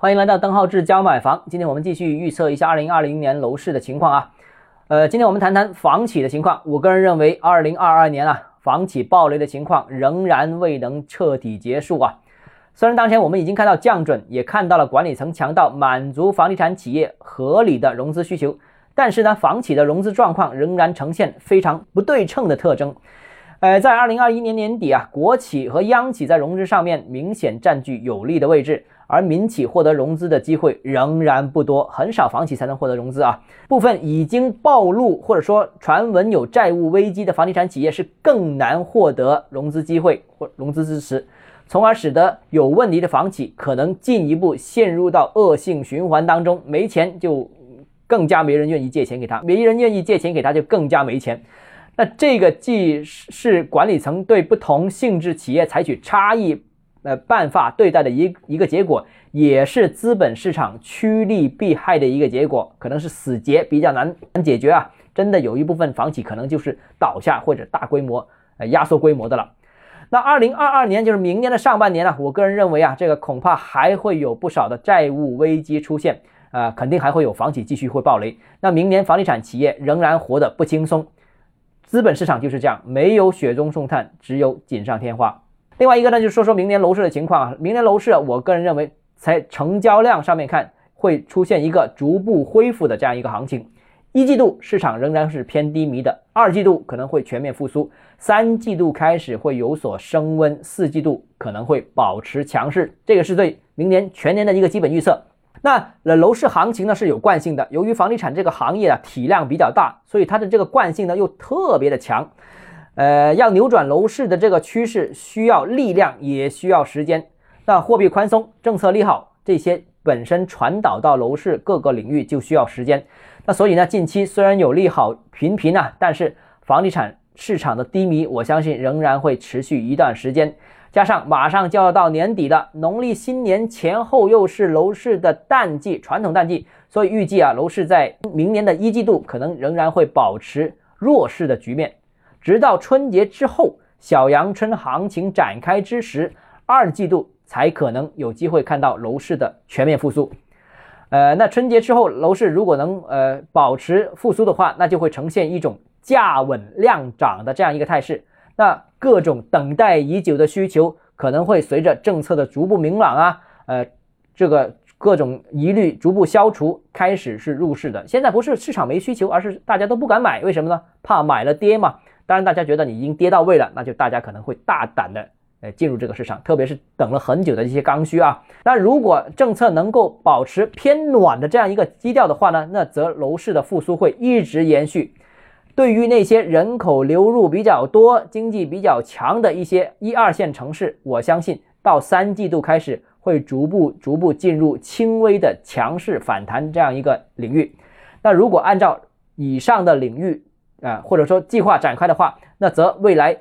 欢迎来到邓浩志教买房。今天我们继续预测一下2020年楼市的情况啊。今天我们谈谈房企的情况。我个人认为2022年啊，房企暴雷的情况仍然未能彻底结束啊。虽然当前我们已经看到降准，也看到了管理层强调满足房地产企业合理的融资需求，但是呢，房企的融资状况仍然呈现非常不对称的特征。在2021年年底啊，国企和央企在融资上面明显占据有利的位置，而民企获得融资的机会仍然不多，很少房企才能获得融资啊。部分已经暴露或者说传闻有债务危机的房地产企业是更难获得融资机会或融资支持，从而使得有问题的房企可能进一步陷入到恶性循环当中，没钱就更加没人愿意借钱给他，没人愿意借钱给他就更加没钱。那这个既是管理层对不同性质企业采取差异办法对待的一个结果，也是资本市场趋利避害的一个结果，可能是死结比较难解决啊。真的有一部分房企可能就是倒下或者大规模压缩规模的了。那2022年就是明年的上半年呢，我个人认为啊，这个恐怕还会有不少的债务危机出现，肯定还会有房企继续会暴雷。那明年房地产企业仍然活得不轻松。资本市场就是这样，没有雪中送炭，只有锦上添花。另外一个呢，就是说明年楼市的情况啊。明年楼市我个人认为在成交量上面看会出现一个逐步恢复的这样一个行情。一季度市场仍然是偏低迷的，二季度可能会全面复苏，三季度开始会有所升温，四季度可能会保持强势。这个是对明年全年的一个基本预测。那楼市行情呢是有惯性的，由于房地产这个行业体量比较大，所以它的这个惯性呢又特别的强。要扭转楼市的这个趋势需要力量，也需要时间。那货币宽松、政策利好这些本身传导到楼市各个领域就需要时间。那所以呢，近期虽然有利好频频啊，但是房地产市场的低迷，我相信仍然会持续一段时间。加上马上就要到年底了，农历新年前后又是楼市的淡季，传统淡季，所以预计啊，楼市在明年的一季度可能仍然会保持弱势的局面，直到春节之后，小阳春行情展开之时，二季度才可能有机会看到楼市的全面复苏。那春节之后，楼市如果能保持复苏的话，那就会呈现一种价稳量涨的这样一个态势。那各种等待已久的需求可能会随着政策的逐步明朗啊，这个各种疑虑逐步消除，开始是入市的。现在不是市场没需求，而是大家都不敢买，为什么呢？怕买了跌嘛。当然大家觉得你已经跌到位了，那就大家可能会大胆的进入这个市场，特别是等了很久的一些刚需啊。那如果政策能够保持偏暖的这样一个基调的话呢，那则楼市的复苏会一直延续。对于那些人口流入比较多、经济比较强的一些一二线城市，我相信到三季度开始会逐步进入轻微的强势反弹这样一个领域。那如果按照以上的领域或者说计划展开的话，那则未来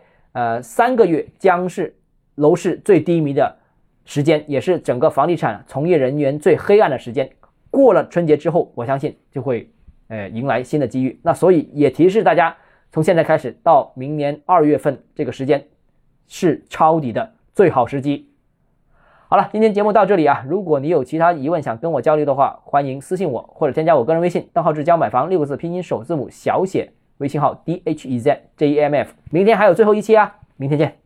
3个月将是楼市最低迷的时间，也是整个房地产从业人员最黑暗的时间。过了春节之后，我相信就会迎来新的机遇。那所以也提示大家，从现在开始到明年2月份这个时间是抄底的最好时机。好了，今天节目到这里啊，如果你有其他疑问想跟我交流的话，欢迎私信我或者添加我个人微信邓浩志教买房6个字拼音首字母小写，微信号DHEZJEMF。明天还有最后一期啊，明天见。